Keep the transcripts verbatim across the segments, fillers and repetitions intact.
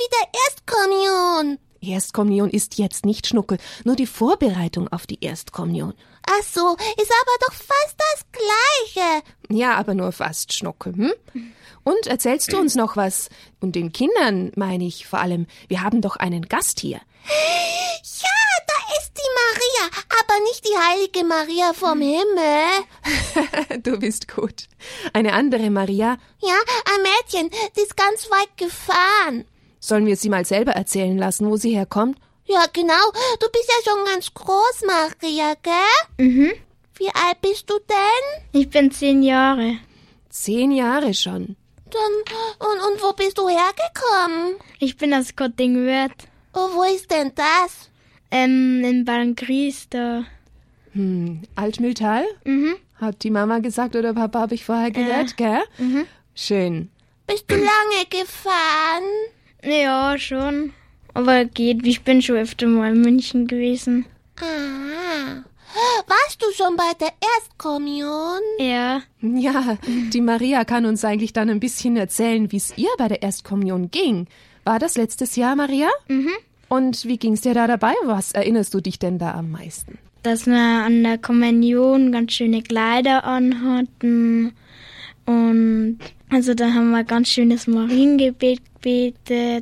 wieder Erstkommunion. Erstkommunion ist jetzt nicht, Schnuckel, nur die Vorbereitung auf die Erstkommunion. Ach so, ist aber doch fast das Gleiche. Ja, aber nur fast, Schnuckel. Hm? Und erzählst du uns noch was? Und den Kindern, meine ich vor allem, wir haben doch einen Gast hier. Ja, da ist die Maria, aber nicht die heilige Maria vom Himmel. Du bist gut. Eine andere Maria? Ja, ein Mädchen, die ist ganz weit gefahren. Sollen wir sie mal selber erzählen lassen, wo sie herkommt? Ja, genau. Du bist ja schon ganz groß, Maria, gell? Mhm. Wie alt bist du denn? Ich bin zehn Jahre. Zehn Jahre schon. Dann, und, und wo bist du hergekommen? Ich bin aus Kottingwörth. Oh, wo ist denn das? Ähm, in Ballenkries da. Hm, Altmühltal? Mhm. Hat die Mama gesagt oder Papa, habe ich vorher gehört, Ja. gell? Mhm. Schön. Bist du lange gefahren? Ja, schon. Aber geht, ich bin schon öfter mal in München gewesen. Ah. Warst du schon bei der Erstkommunion? Ja. Ja, die Maria kann uns eigentlich dann ein bisschen erzählen, wie es ihr bei der Erstkommunion ging. War das letztes Jahr, Maria? Mhm. Und wie ging's dir da dabei? Was erinnerst du dich denn da am meisten? Dass wir an der Kommunion ganz schöne Kleider anhatten. Und also da haben wir ganz schönes Mariengebet gebetet.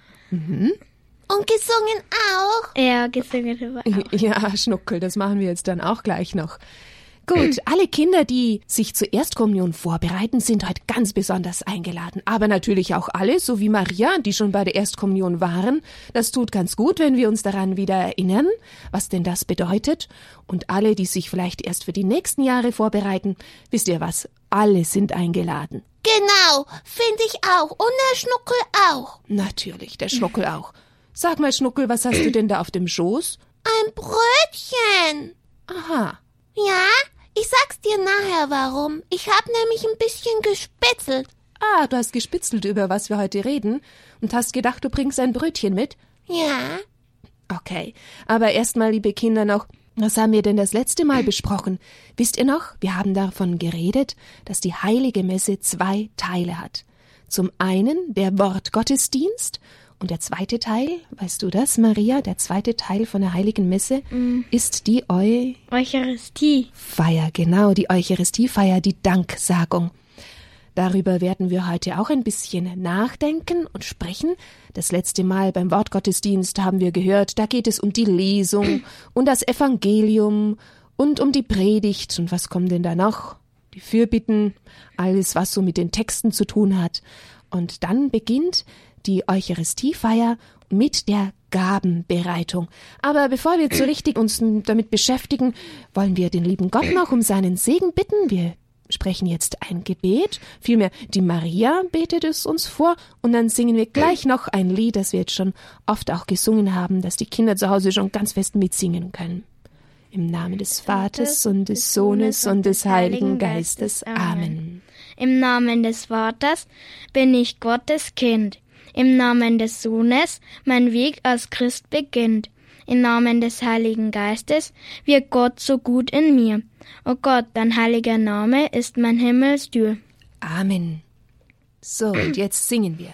Mhm. Und gesungen auch? Ja, gesungen haben wir auch. Ja, Schnuckel, das machen wir jetzt dann auch gleich noch. Gut, alle Kinder, die sich zur Erstkommunion vorbereiten, sind heute ganz besonders eingeladen. Aber natürlich auch alle, so wie Maria, die schon bei der Erstkommunion waren. Das tut ganz gut, wenn wir uns daran wieder erinnern, was denn das bedeutet. Und alle, die sich vielleicht erst für die nächsten Jahre vorbereiten, wisst ihr was? Alle sind eingeladen. Genau, finde ich auch. Und der Schnuckel auch. Natürlich, der Schnuckel auch. Sag mal, Schnuckel, was hast du denn da auf dem Schoß? Ein Brötchen. Aha. Ja, ich sag's dir nachher warum. Ich hab nämlich ein bisschen gespitzelt. Ah, du hast gespitzelt, über was wir heute reden und hast gedacht, du bringst ein Brötchen mit? Ja. Okay, aber erstmal, liebe Kinder, noch, was haben wir denn das letzte Mal besprochen? Wisst ihr noch, wir haben davon geredet, dass die Heilige Messe zwei Teile hat. Zum einen der Wortgottesdienst und der zweite Teil, weißt du das, Maria, der zweite Teil von der Heiligen Messe mm. ist die Eu... Eucharistie. Feier, genau, die Eucharistiefeier, die Danksagung. Darüber werden wir heute auch ein bisschen nachdenken und sprechen. Das letzte Mal beim Wortgottesdienst haben wir gehört, da geht es um die Lesung und das Evangelium und um die Predigt. Und was kommt denn da noch? Die Fürbitten, alles, was so mit den Texten zu tun hat. Und dann beginnt die Eucharistiefeier mit der Gabenbereitung. Aber bevor wir so richtig uns damit beschäftigen, wollen wir den lieben Gott noch um seinen Segen bitten. Wir sprechen jetzt ein Gebet. Vielmehr, die Maria betet es uns vor und dann singen wir gleich noch ein Lied, das wir jetzt schon oft auch gesungen haben, dass die Kinder zu Hause schon ganz fest mitsingen können. Im Namen des Vaters und des Sohnes und des Heiligen Geistes. Amen. Im Namen des Vaters bin ich Gottes Kind. Im Namen des Sohnes mein Weg als Christ beginnt. Im Namen des Heiligen Geistes wirkt Gott so gut in mir. O Gott, dein heiliger Name ist mein Himmelstür. Amen. So, und jetzt singen wir.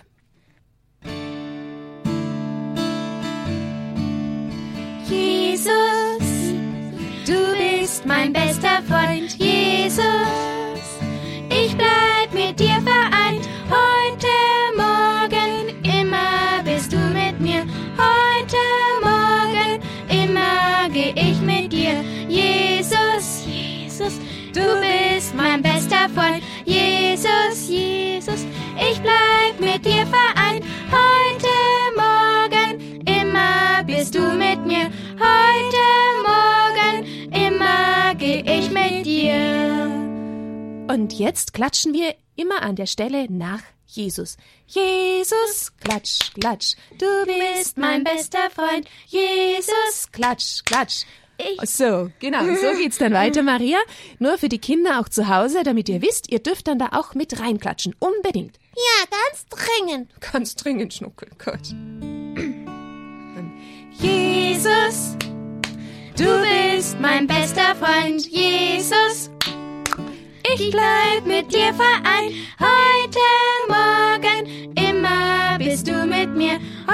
Jesus, du bist mein bester Freund. Jesus, ich bleib mit dir vereint. Heute Morgen, immer bist du mit mir. Heute Morgen, immer geh ich mit dir. Jesus, Jesus, du bist mein bester Freund. Jesus, Jesus, ich bleib mit dir vereint. Heute Morgen, immer bist du mit mir. Heute Morgen, immer geh ich mit dir. Und jetzt klatschen wir immer an der Stelle nach Jesus. Jesus, klatsch, klatsch, du bist mein bester Freund. Jesus, klatsch, klatsch. Ich. So, genau, so geht's dann weiter, Maria. Nur für die Kinder auch zu Hause, damit ihr wisst, ihr dürft dann da auch mit reinklatschen. Unbedingt. Ja, ganz dringend. Ganz dringend, Schnuckel, Gott. Jesus, du bist mein bester Freund. Jesus, ich bleib mit dir vereint. Heute Morgen, immer bist du mit mir.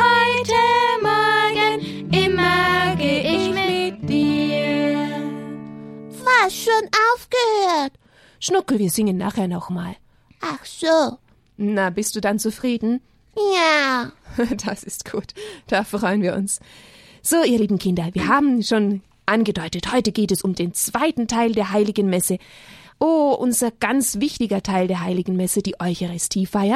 heute Morgen, immer geh ich mit dir. Was, schon aufgehört? Schnuckel, wir singen nachher nochmal. Ach so. Na, bist du dann zufrieden? Ja. Das ist gut, da freuen wir uns. So, ihr lieben Kinder, wir haben schon angedeutet, heute geht es um den zweiten Teil der Heiligen Messe. Oh, unser ganz wichtiger Teil der Heiligen Messe, die Eucharistiefeier.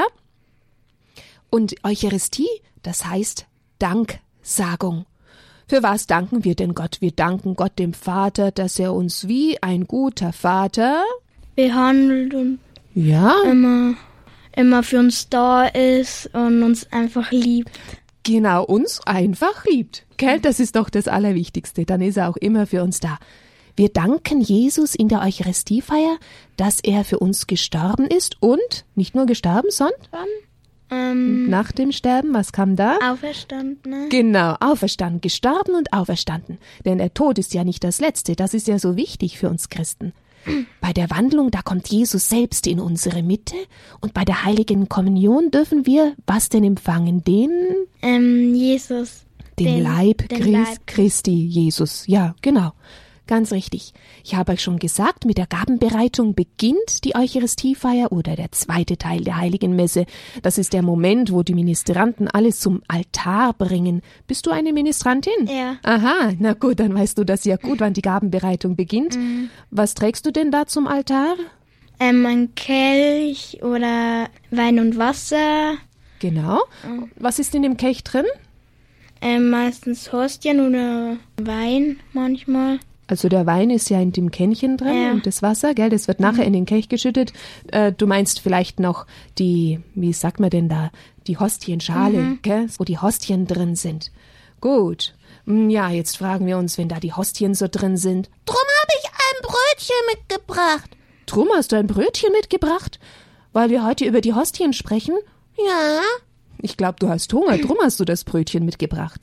Und Eucharistie, das heißt Danksagung. Für was danken wir denn Gott? Wir danken Gott dem Vater, dass er uns wie ein guter Vater behandelt und ja. immer, immer für uns da ist und uns einfach liebt. Genau, uns einfach liebt. Gell? Das ist doch das Allerwichtigste. Dann ist er auch immer für uns da. Wir danken Jesus in der Eucharistiefeier, dass er für uns gestorben ist und nicht nur gestorben, sondern Ähm, nach dem Sterben, was kam da? auferstanden. Ne? Genau, auferstanden, gestorben und auferstanden. Denn der Tod ist ja nicht das Letzte, das ist ja so wichtig für uns Christen. Bei der Wandlung, da kommt Jesus selbst in unsere Mitte und bei der Heiligen Kommunion dürfen wir was denn empfangen? Den, Ähm, Jesus. den, Den- Leib, den Christ, Leib. Christi, Jesus. Ja, genau. Ganz richtig. Ich habe euch schon gesagt, mit der Gabenbereitung beginnt die Eucharistiefeier oder der zweite Teil der Heiligen Messe. Das ist der Moment, wo die Ministranten alles zum Altar bringen. Bist du eine Ministrantin? Ja. Aha, na gut, dann weißt du das ja gut, wann die Gabenbereitung beginnt. Mhm. Was trägst du denn da zum Altar? Ähm, ein Kelch oder Wein und Wasser. Genau. Was ist in dem Kelch drin? Ähm, meistens Hostien oder Wein manchmal. Also der Wein ist ja in dem Kännchen drin Ja. und das Wasser, gell, das wird nachher in den Kelch geschüttet. Äh, du meinst vielleicht noch die, wie sagt man denn da, die Hostienschale, Mhm. gell, wo die Hostien drin sind. Gut. Hm, ja, jetzt fragen wir uns, wenn da die Hostien so drin sind. Drum habe ich ein Brötchen mitgebracht. Drum hast du ein Brötchen mitgebracht? Weil wir heute über die Hostien sprechen? Ja. Ich glaube, du hast Hunger, drum hast du das Brötchen mitgebracht.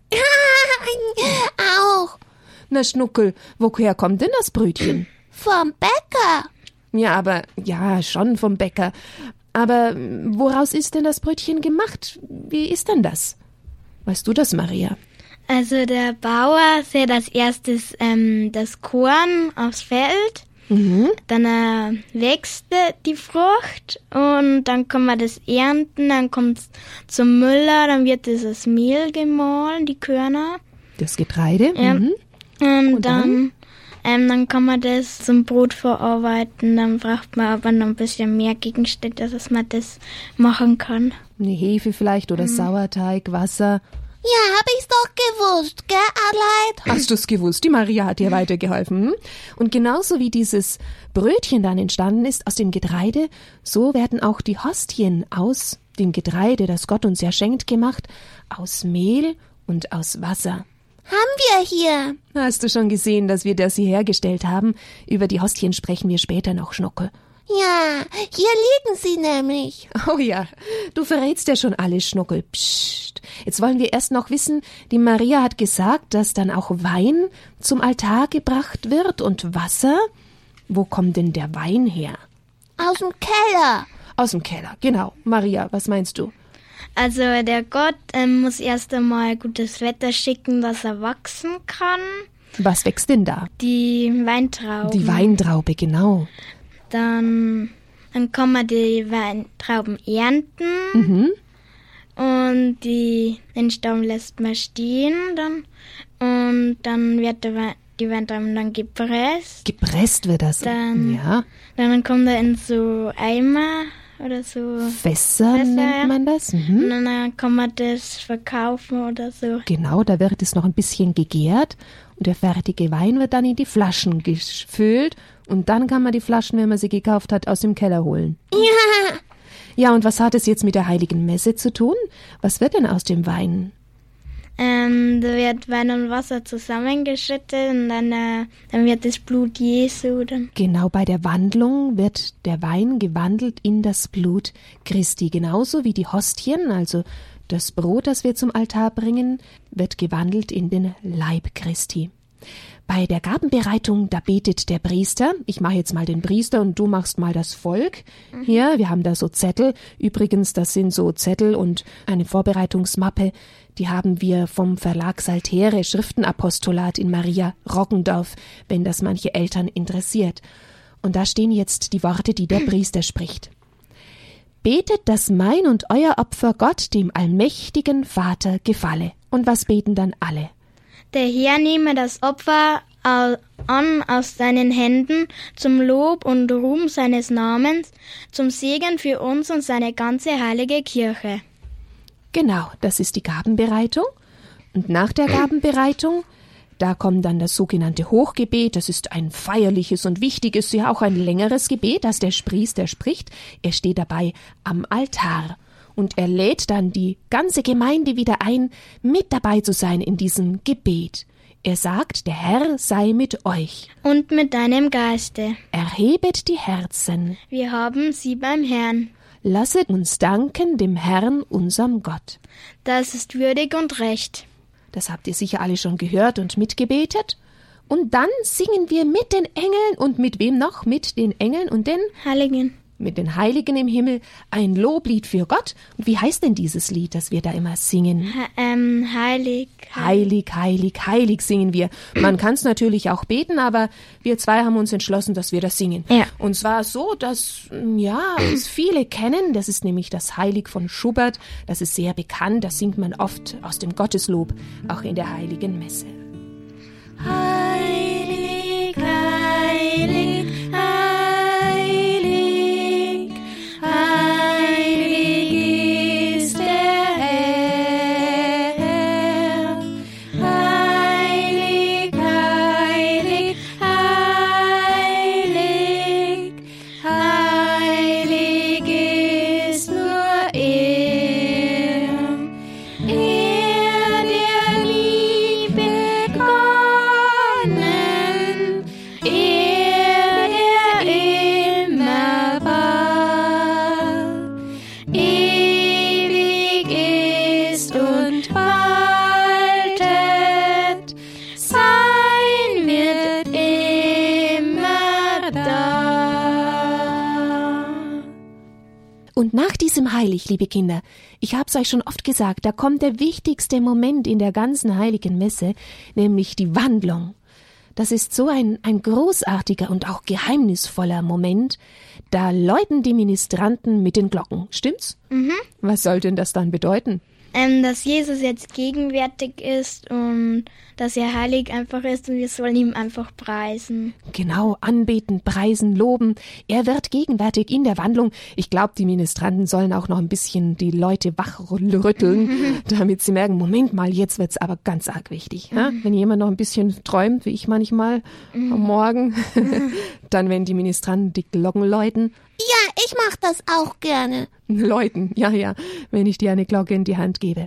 Auch. Na Schnuckel, woher kommt denn das Brötchen? Vom Bäcker. Ja, aber, ja, schon vom Bäcker. Aber m, woraus ist denn das Brötchen gemacht? Wie ist denn das? Weißt du das, Maria? Also der Bauer sät als erstes ähm, das Korn aufs Feld, Mhm. dann äh, wächst die Frucht und dann kann man das ernten, dann kommt es zum Müller, dann wird dieses Mehl gemahlen, die Körner. Das Getreide? Ja. Mhm. Und, Und dann? dann, ähm, dann kann man das zum Brot verarbeiten, dann braucht man aber noch ein bisschen mehr Gegenstände, dass man das machen kann. Eine Hefe vielleicht oder Sauerteig, Wasser. Ja, hab ich's doch gewusst, gell, Adelheid? Hast du's gewusst? Die Maria hat dir weitergeholfen. hm? Und genauso wie dieses Brötchen dann entstanden ist aus dem Getreide, so werden auch die Hostien aus dem Getreide, das Gott uns ja schenkt, gemacht, aus Mehl und aus Wasser. Haben wir hier. Hast du schon gesehen, dass wir das hier hergestellt haben? Über die Hostien sprechen wir später noch, Schnuckel. Ja, hier liegen sie nämlich. Oh ja, du verrätst ja schon alles, Schnuckel. Psst. Jetzt wollen wir erst noch wissen, die Maria hat gesagt, dass dann auch Wein zum Altar gebracht wird und Wasser. Wo kommt denn der Wein her? Aus dem Keller. Aus dem Keller, genau. Maria, was meinst du? Also der Gott ähm, muss erst einmal gutes Wetter schicken, dass er wachsen kann. Was wächst denn da? Die Weintrauben. Die Weintraube, genau. Dann, dann kann man die Weintrauben ernten Mhm. und die, den Stamm lässt man stehen dann und dann wird der Wein, die Weintrauben dann gepresst. Gepresst wird das. Dann- ja. Dann kommt er in so Eimer oder so Fässer, Fässer, nennt ja. man das. und Mhm. dann kann man das verkaufen oder so. Genau, da wird es noch ein bisschen gegärt und der fertige Wein wird dann in die Flaschen gefüllt und dann kann man die Flaschen, wenn man sie gekauft hat, aus dem Keller holen. Ja. Ja, und was hat es jetzt mit der Heiligen Messe zu tun? Was wird denn aus dem Wein? Ähm, da wird Wein und Wasser zusammengeschüttet und dann, äh, dann wird das Blut Jesu dann. Genau bei der Wandlung wird der Wein gewandelt in das Blut Christi. Genauso wie die Hostien, also das Brot, das wir zum Altar bringen, wird gewandelt in den Leib Christi. Bei der Gabenbereitung, da betet der Priester. Ich mache jetzt mal den Priester und du machst mal das Volk. Mhm. Hier, wir haben da so Zettel. Übrigens, das sind so Zettel und eine Vorbereitungsmappe. Die haben wir vom Verlag Saltere, Schriftenapostolat in Maria Roggendorf, wenn das manche Eltern interessiert. Und da stehen jetzt die Worte, die der Priester spricht. Betet, dass mein und euer Opfer Gott, dem allmächtigen Vater, gefalle. Und was beten dann alle? Der Herr nehme das Opfer an aus seinen Händen zum Lob und Ruhm seines Namens, zum Segen für uns und seine ganze heilige Kirche. Genau, das ist die Gabenbereitung. Und nach der Gabenbereitung, da kommt dann das sogenannte Hochgebet. Das ist ein feierliches und wichtiges, ja auch ein längeres Gebet, das der Priester spricht. Er steht dabei am Altar. Und er lädt dann die ganze Gemeinde wieder ein, mit dabei zu sein in diesem Gebet. Er sagt, der Herr sei mit euch. Und mit deinem Geiste. Erhebet die Herzen. Wir haben sie beim Herrn. Lasset uns danken dem Herrn, unserem Gott. Das ist würdig und recht. Das habt ihr sicher alle schon gehört und mitgebetet. Und dann singen wir mit den Engeln und mit wem noch? Mit den Engeln und den Heiligen. Mit den Heiligen im Himmel ein Loblied für Gott. Und wie heißt denn dieses Lied, das wir da immer singen? He- ähm, heilig, heilig. Heilig, heilig, heilig singen wir. Man kann es natürlich auch beten, aber wir zwei haben uns entschlossen, dass wir das singen. Ja. Und zwar so, dass ja, es viele kennen. Das ist nämlich das Heilig von Schubert. Das ist sehr bekannt. Das singt man oft aus dem Gotteslob, auch in der Heiligen Messe. Heilig, heilig, heilig. Heilig ist der Herr, heilig, heilig, heilig, heilig ist nur er, er der Liebe begonnen, er der immer war. Ewig ist und waltet, sein wird immer da. Und nach diesem Heilig, liebe Kinder, ich hab's euch schon oft gesagt, da kommt der wichtigste Moment in der ganzen Heiligen Messe, nämlich die Wandlung. Das ist so ein, ein großartiger und auch geheimnisvoller Moment. Da läuten die Ministranten mit den Glocken. Stimmt's? Mhm. Was soll denn das dann bedeuten? Ähm, dass Jesus jetzt gegenwärtig ist und dass er heilig einfach ist und wir sollen ihm einfach preisen. Genau, anbeten, preisen, loben. Er wird gegenwärtig in der Wandlung. Ich glaube, die Ministranten sollen auch noch ein bisschen die Leute wachrütteln, damit sie merken, Moment mal, jetzt wird's aber ganz arg wichtig. Ja? Wenn jemand noch ein bisschen träumt, wie ich manchmal am Morgen, dann wenn die Ministranten die Glocken läuten. Ja, ich mach das auch gerne. Läuten, ja, ja, wenn ich dir eine Glocke in die Hand gebe.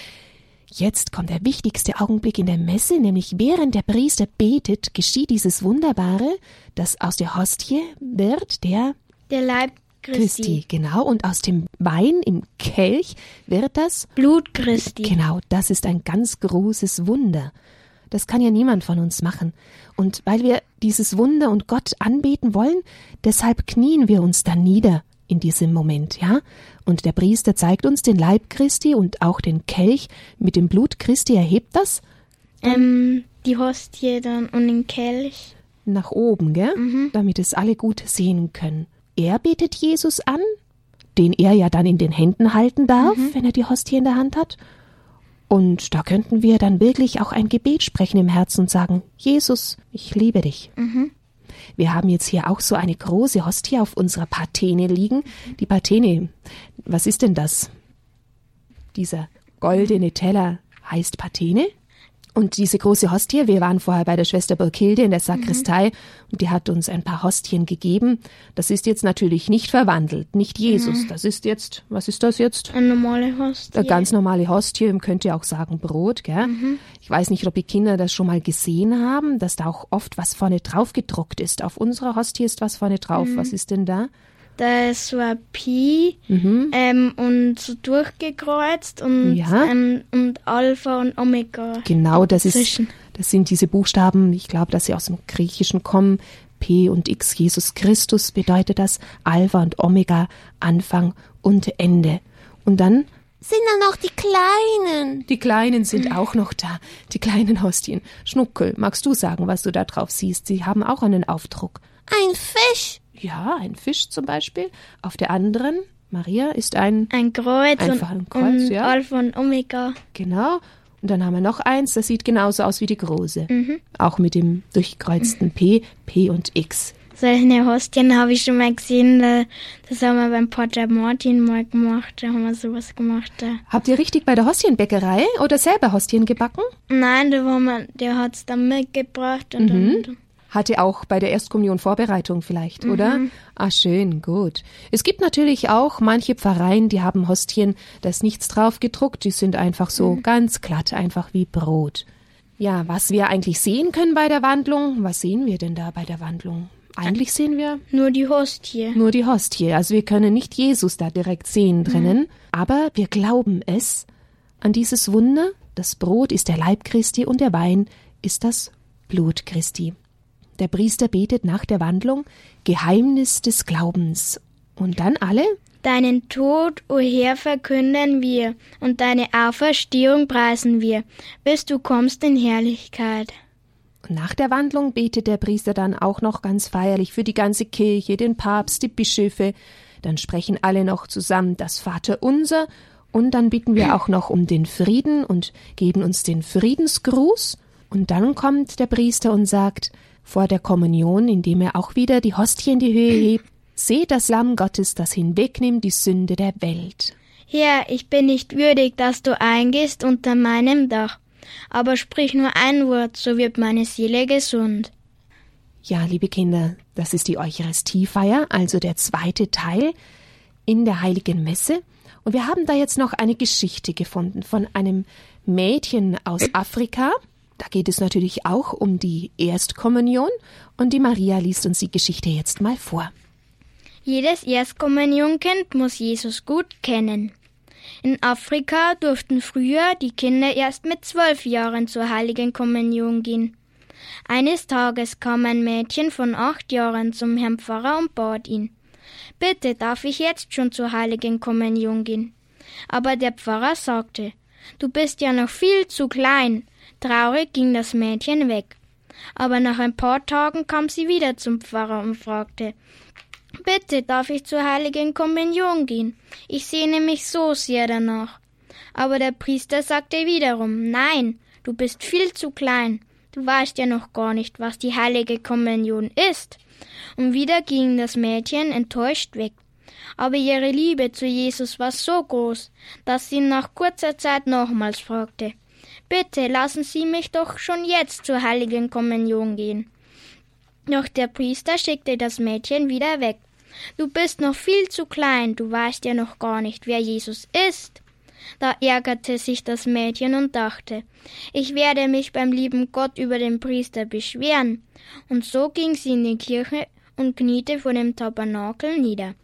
Jetzt kommt der wichtigste Augenblick in der Messe, nämlich während der Priester betet, geschieht dieses Wunderbare, dass aus der Hostie wird der Der Leib Christi. Christi, genau, und aus dem Wein im Kelch wird das Blut Christi. Genau, das ist ein ganz großes Wunder. Das kann ja niemand von uns machen. Und weil wir dieses Wunder und Gott anbeten wollen, deshalb knien wir uns dann nieder in diesem Moment, ja? Und der Priester zeigt uns den Leib Christi und auch den Kelch mit dem Blut Christi. Erhebt das Ähm, die Hostie dann und den Kelch. nach oben, gell? Mhm. Damit es alle gut sehen können. Er betet Jesus an, den er ja dann in den Händen halten darf, Mhm. wenn er die Hostie in der Hand hat. Und da könnten wir dann wirklich auch ein Gebet sprechen im Herzen und sagen, Jesus, ich liebe dich. Mhm. Wir haben jetzt hier auch so eine große Hostie auf unserer Patene liegen. Die Patene, was ist denn das? Dieser goldene Teller heißt Patene. Und diese große Hostie, wir waren vorher bei der Schwester Burkhilde in der Sakristei und die hat uns ein paar Hostien gegeben. Das ist jetzt natürlich nicht verwandelt, nicht Jesus. Das ist jetzt, was ist das jetzt? Eine normale Hostie. Eine ganz normale Hostie, man könnte ja auch sagen Brot, gell? Ich weiß nicht, ob die Kinder das schon mal gesehen haben, dass da auch oft was vorne drauf gedruckt ist. Auf unserer Hostie ist was vorne drauf. Was ist denn da? Da ist so ein Pi Mhm. ähm, und so durchgekreuzt und, Ja. ähm, und Alpha und Omega. Genau, das ist, Zwischen. Das sind diese Buchstaben, ich glaube, dass sie aus dem Griechischen kommen. P und X, Jesus Christus bedeutet das. Alpha und Omega, Anfang und Ende. Und dann sind da noch die Kleinen. Die Kleinen sind auch noch da, die kleinen Hostien. Schnuckel, magst du sagen, was du da drauf siehst? Sie haben auch einen Aufdruck. Ein Fisch. Ja, ein Fisch zum Beispiel. Auf der anderen, Maria, ist ein... Ein Kreuz, einfach und, ein Kreuz, und ja. Alpha und Omega. Genau. Und dann haben wir noch eins, das sieht genauso aus wie die große. Mhm. Auch mit dem durchkreuzten P, P und X. Solche Hostien habe ich schon mal gesehen. Das haben wir beim Pater Martin mal gemacht. Da haben wir sowas gemacht. Habt ihr richtig bei der Hostienbäckerei oder selber Hostien gebacken? Nein, da war man, der hat es dann mitgebracht. Und Mhm. dann, Hatte auch bei der Erstkommunion Vorbereitung vielleicht, oder? Mhm. Ah, schön, gut. Es gibt natürlich auch manche Pfarreien, die haben Hostien, da ist nichts drauf gedruckt, die sind einfach so Mhm. ganz glatt, einfach wie Brot. Ja, was wir eigentlich sehen können bei der Wandlung, was sehen wir denn da bei der Wandlung? Eigentlich sehen wir nur die Hostie. nur die Hostie. Also wir können nicht Jesus da direkt sehen drinnen, mhm. aber wir glauben es an dieses Wunder. Das Brot ist der Leib Christi und der Wein ist das Blut Christi. Der Priester betet nach der Wandlung Geheimnis des Glaubens. Und dann alle? Deinen Tod, o Herr, verkünden wir, und deine Auferstehung preisen wir, bis du kommst in Herrlichkeit. Und nach der Wandlung betet der Priester dann auch noch ganz feierlich für die ganze Kirche, den Papst, die Bischöfe. Dann sprechen alle noch zusammen das Vaterunser und dann bitten wir auch noch um den Frieden und geben uns den Friedensgruß. Und dann kommt der Priester und sagt vor der Kommunion, indem er auch wieder die Hostie in die Höhe hebt, seht das Lamm Gottes, das hinwegnimmt die Sünde der Welt. Herr, ich bin nicht würdig, dass du eingehst unter meinem Dach. Aber sprich nur ein Wort, so wird meine Seele gesund. Ja, liebe Kinder, das ist die Eucharistiefeier, also der zweite Teil in der Heiligen Messe. Und wir haben da jetzt noch eine Geschichte gefunden von einem Mädchen aus Afrika. Da geht es natürlich auch um die Erstkommunion. Und die Maria liest uns die Geschichte jetzt mal vor. Jedes Erstkommunionkind muss Jesus gut kennen. In Afrika durften früher die Kinder erst mit zwölf Jahren zur Heiligen Kommunion gehen. Eines Tages kam ein Mädchen von acht Jahren zum Herrn Pfarrer und bat ihn: »Bitte, darf ich jetzt schon zur Heiligen Kommunion gehen?« Aber der Pfarrer sagte: »Du bist ja noch viel zu klein.« Traurig ging das Mädchen weg. Aber nach ein paar Tagen kam sie wieder zum Pfarrer und fragte: »Bitte, darf ich zur Heiligen Kommunion gehen? Ich sehne mich so sehr danach.« Aber der Priester sagte wiederum: »Nein, du bist viel zu klein. Du weißt ja noch gar nicht, was die Heilige Kommunion ist.« Und wieder ging das Mädchen enttäuscht weg. Aber ihre Liebe zu Jesus war so groß, dass sie nach kurzer Zeit nochmals fragte: »Bitte, lassen Sie mich doch schon jetzt zur Heiligen Kommunion gehen.« Doch der Priester schickte das Mädchen wieder weg. »Du bist noch viel zu klein, du weißt ja noch gar nicht, wer Jesus ist.« Da ärgerte sich das Mädchen und dachte: »Ich werde mich beim lieben Gott über den Priester beschweren.« Und so ging sie in die Kirche und kniete vor dem Tabernakel nieder.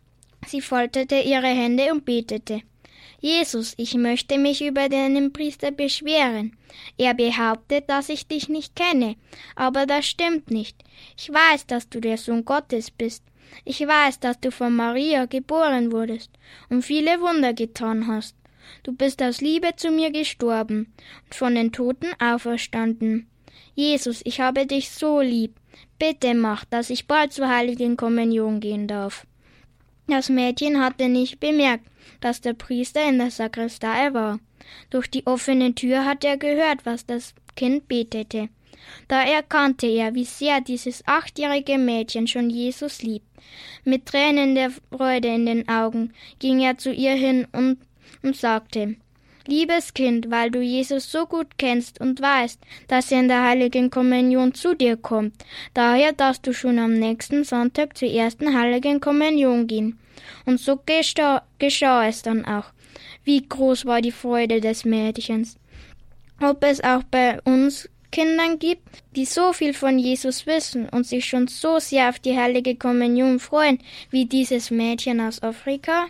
Sie faltete ihre Hände und betete: »Jesus, ich möchte mich über deinen Priester beschweren. Er behauptet, dass ich dich nicht kenne, aber das stimmt nicht. Ich weiß, dass du der Sohn Gottes bist. Ich weiß, dass du von Maria geboren wurdest und viele Wunder getan hast. Du bist aus Liebe zu mir gestorben und von den Toten auferstanden. Jesus, ich habe dich so lieb. Bitte mach, dass ich bald zur Heiligen Kommunion gehen darf.« Das Mädchen hatte nicht bemerkt, dass der Priester in der Sakristei war. Durch die offene Tür hat er gehört, was das Kind betete. Da erkannte er, wie sehr dieses achtjährige Mädchen schon Jesus liebt. Mit Tränen der Freude in den Augen ging er zu ihr hin und, und sagte: »Liebes Kind, weil du Jesus so gut kennst und weißt, dass er in der Heiligen Kommunion zu dir kommt, daher darfst du schon am nächsten Sonntag zur ersten Heiligen Kommunion gehen.« Und so geschah, geschah es dann auch. Wie groß war die Freude des Mädchens. Ob es auch bei uns Kindern gibt, die so viel von Jesus wissen und sich schon so sehr auf die Heilige Kommunion freuen, wie dieses Mädchen aus Afrika?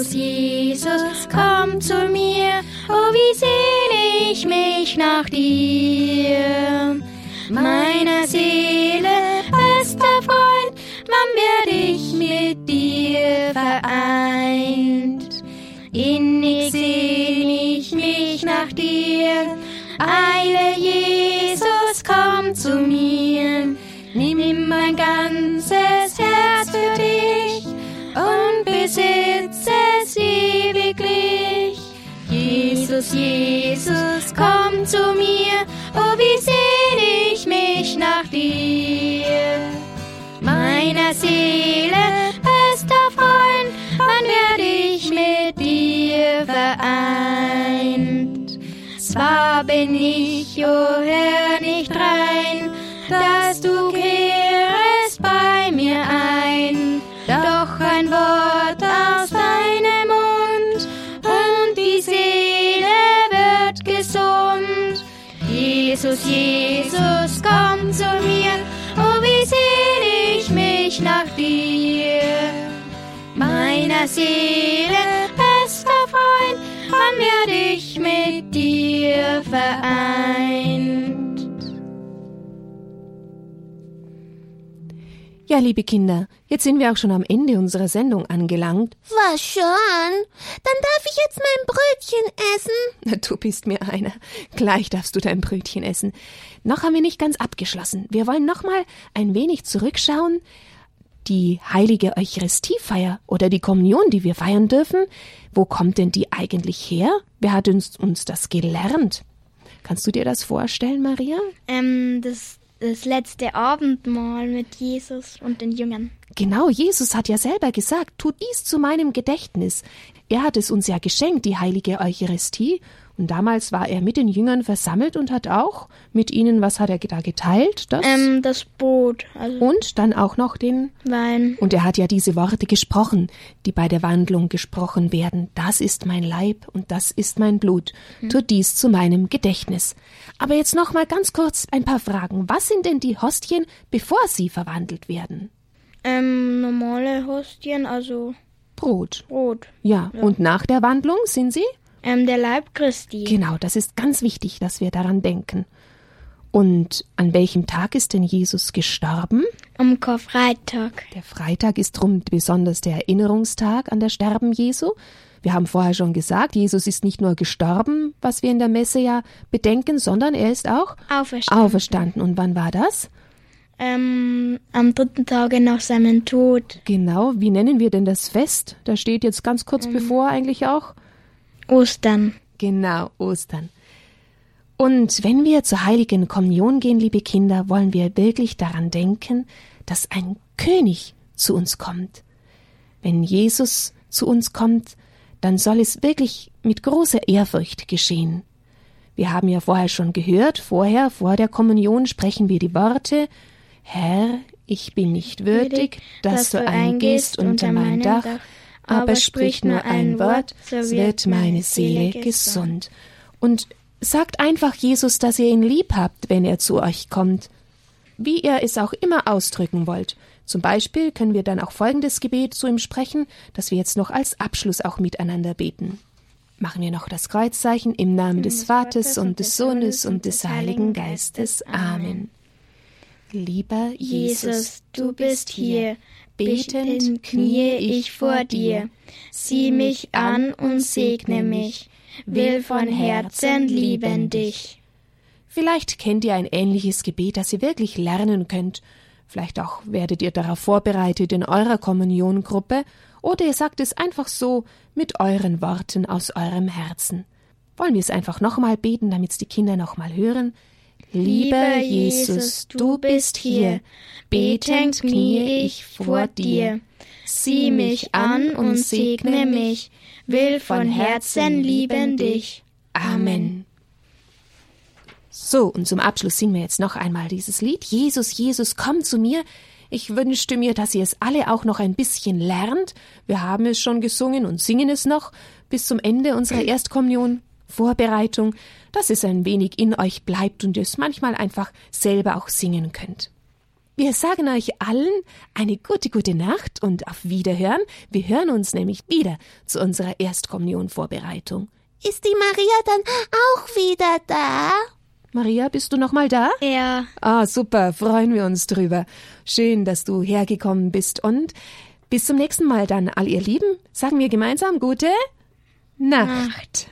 Jesus, Jesus, komm zu mir, oh wie sehne ich mich nach dir. Meiner Seele bester Freund, wann werd ich mit dir vereint? Innig sehn ich mich nach dir, eile Jesus, komm zu mir. Nimm mein ganzes Herz für dich und besitze es ewiglich. Jesus, Jesus, komm zu mir, oh wie sehn ich mich nach dir. Meiner Seele bester Freund, wann werd ich mit dir vereint? Zwar bin ich, o Herr, nicht rein, dass du kehrest bei mir ein, doch ein Wort aus deinem Mund und die Seele wird gesund. Jesus, Jesus, komm zu mir, oh wie sehn ich mich nach dir. Meiner Seele bester Freund, wann werd ich mit dir vereint? Ja, liebe Kinder, jetzt sind wir auch schon am Ende unserer Sendung angelangt. Was schon? Dann darf ich jetzt mein Brötchen essen? Du bist mir einer. Gleich darfst du dein Brötchen essen. Noch haben wir nicht ganz abgeschlossen. Wir wollen noch mal ein wenig zurückschauen. Die heilige Eucharistiefeier oder die Kommunion, die wir feiern dürfen, wo kommt denn die eigentlich her? Wer hat uns, uns das gelernt? Kannst du dir das vorstellen, Maria? Ähm, das Das letzte Abendmahl mit Jesus und den Jüngern. Genau, Jesus hat ja selber gesagt, tut dies zu meinem Gedächtnis. Er hat es uns ja geschenkt, die heilige Eucharistie. Und damals war er mit den Jüngern versammelt und hat auch mit ihnen, was hat er da geteilt? Das, ähm, das Brot. Also und dann auch noch den Wein. Und er hat ja diese Worte gesprochen, die bei der Wandlung gesprochen werden. Das ist mein Leib und das ist mein Blut. Hm. Tut dies zu meinem Gedächtnis. Aber jetzt noch mal ganz kurz ein paar Fragen. Was sind denn die Hostien, bevor sie verwandelt werden? Ähm, normale Hostien, also Brot. Brot. Ja, ja. Und nach der Wandlung sind sie? Ähm, der Leib Christi. Genau, das ist ganz wichtig, dass wir daran denken. Und an welchem Tag ist denn Jesus gestorben? Am Karfreitag. Der Freitag ist drum besonders der Erinnerungstag an das Sterben Jesu. Wir haben vorher schon gesagt, Jesus ist nicht nur gestorben, was wir in der Messe ja bedenken, sondern er ist auch auferstanden. auferstanden. Und wann war das? Ähm, am dritten Tage nach seinem Tod. Genau, wie nennen wir denn das Fest? Da steht jetzt ganz kurz ähm, bevor eigentlich auch Ostern. Genau, Ostern. Und wenn wir zur heiligen Kommunion gehen, liebe Kinder, wollen wir wirklich daran denken, dass ein König zu uns kommt. Wenn Jesus zu uns kommt, dann soll es wirklich mit großer Ehrfurcht geschehen. Wir haben ja vorher schon gehört, vorher, vor der Kommunion sprechen wir die Worte: Herr, ich bin nicht würdig, dass du eingehst unter mein Dach, aber sprich nur ein Wort, so wird meine Seele gesund. Und sagt einfach Jesus, dass ihr ihn lieb habt, wenn er zu euch kommt. Wie ihr es auch immer ausdrücken wollt. Zum Beispiel können wir dann auch folgendes Gebet zu ihm sprechen, das wir jetzt noch als Abschluss auch miteinander beten. Machen wir noch das Kreuzzeichen im Namen des Vaters und des Sohnes und des Heiligen Geistes. Amen. Lieber Jesus, du bist hier. Betend kniee ich vor dir, sieh mich an und segne mich, will von Herzen lieben dich. Vielleicht kennt ihr ein ähnliches Gebet, das ihr wirklich lernen könnt. Vielleicht auch werdet ihr darauf vorbereitet in eurer Kommuniongruppe, oder ihr sagt es einfach so mit euren Worten aus eurem Herzen. Wollen wir es einfach nochmal beten, damit es die Kinder nochmal hören? Lieber Jesus, du bist hier, betend kniee ich vor dir. Sieh mich an und segne mich, will von Herzen lieben dich. Amen. So, und zum Abschluss singen wir jetzt noch einmal dieses Lied. Jesus, Jesus, komm zu mir. Ich wünschte mir, dass ihr es alle auch noch ein bisschen lernt. Wir haben es schon gesungen und singen es noch bis zum Ende unserer Erstkommunion. Vorbereitung, dass es ein wenig in euch bleibt und ihr es manchmal einfach selber auch singen könnt. Wir sagen euch allen eine gute, gute Nacht und auf Wiederhören. Wir hören uns nämlich wieder zu unserer Erstkommunion-Vorbereitung. Ist die Maria dann auch wieder da? Maria, bist du noch mal da? Ja. Ah, super, freuen wir uns drüber. Schön, dass du hergekommen bist und bis zum nächsten Mal dann, all ihr Lieben. Sagen wir gemeinsam gute Nacht. Nacht.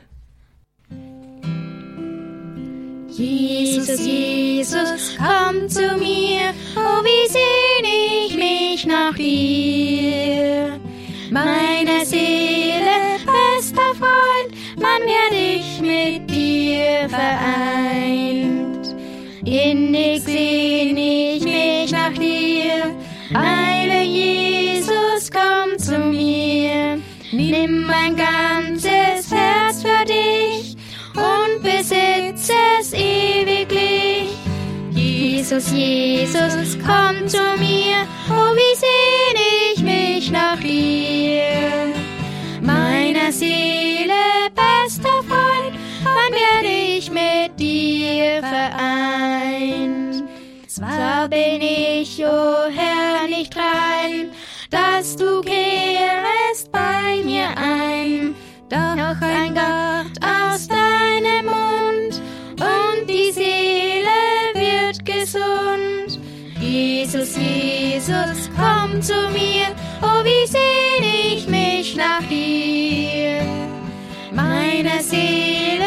Jesus, Jesus, komm zu mir, oh wie sehn ich mich nach dir. Meiner Seele bester Freund, wann werd ich mit dir vereint? Innig sehn ich mich nach dir, eile Jesus, komm zu mir. Nimm mein ganzes Herz für dich und besitz es ewiglich. Jesus, Jesus, komm zu mir, oh wie sehn ich mich nach dir. Meiner Seele bester Freund, wann werde ich mit dir vereint? Zwar bin ich, o oh Herr, nicht rein, dass du kehrest bei mir ein, doch ein Gott aus deinem Mund und die Seele wird gesund. Jesus, Jesus, komm zu mir, oh wie sehn ich mich nach dir. Meiner Seele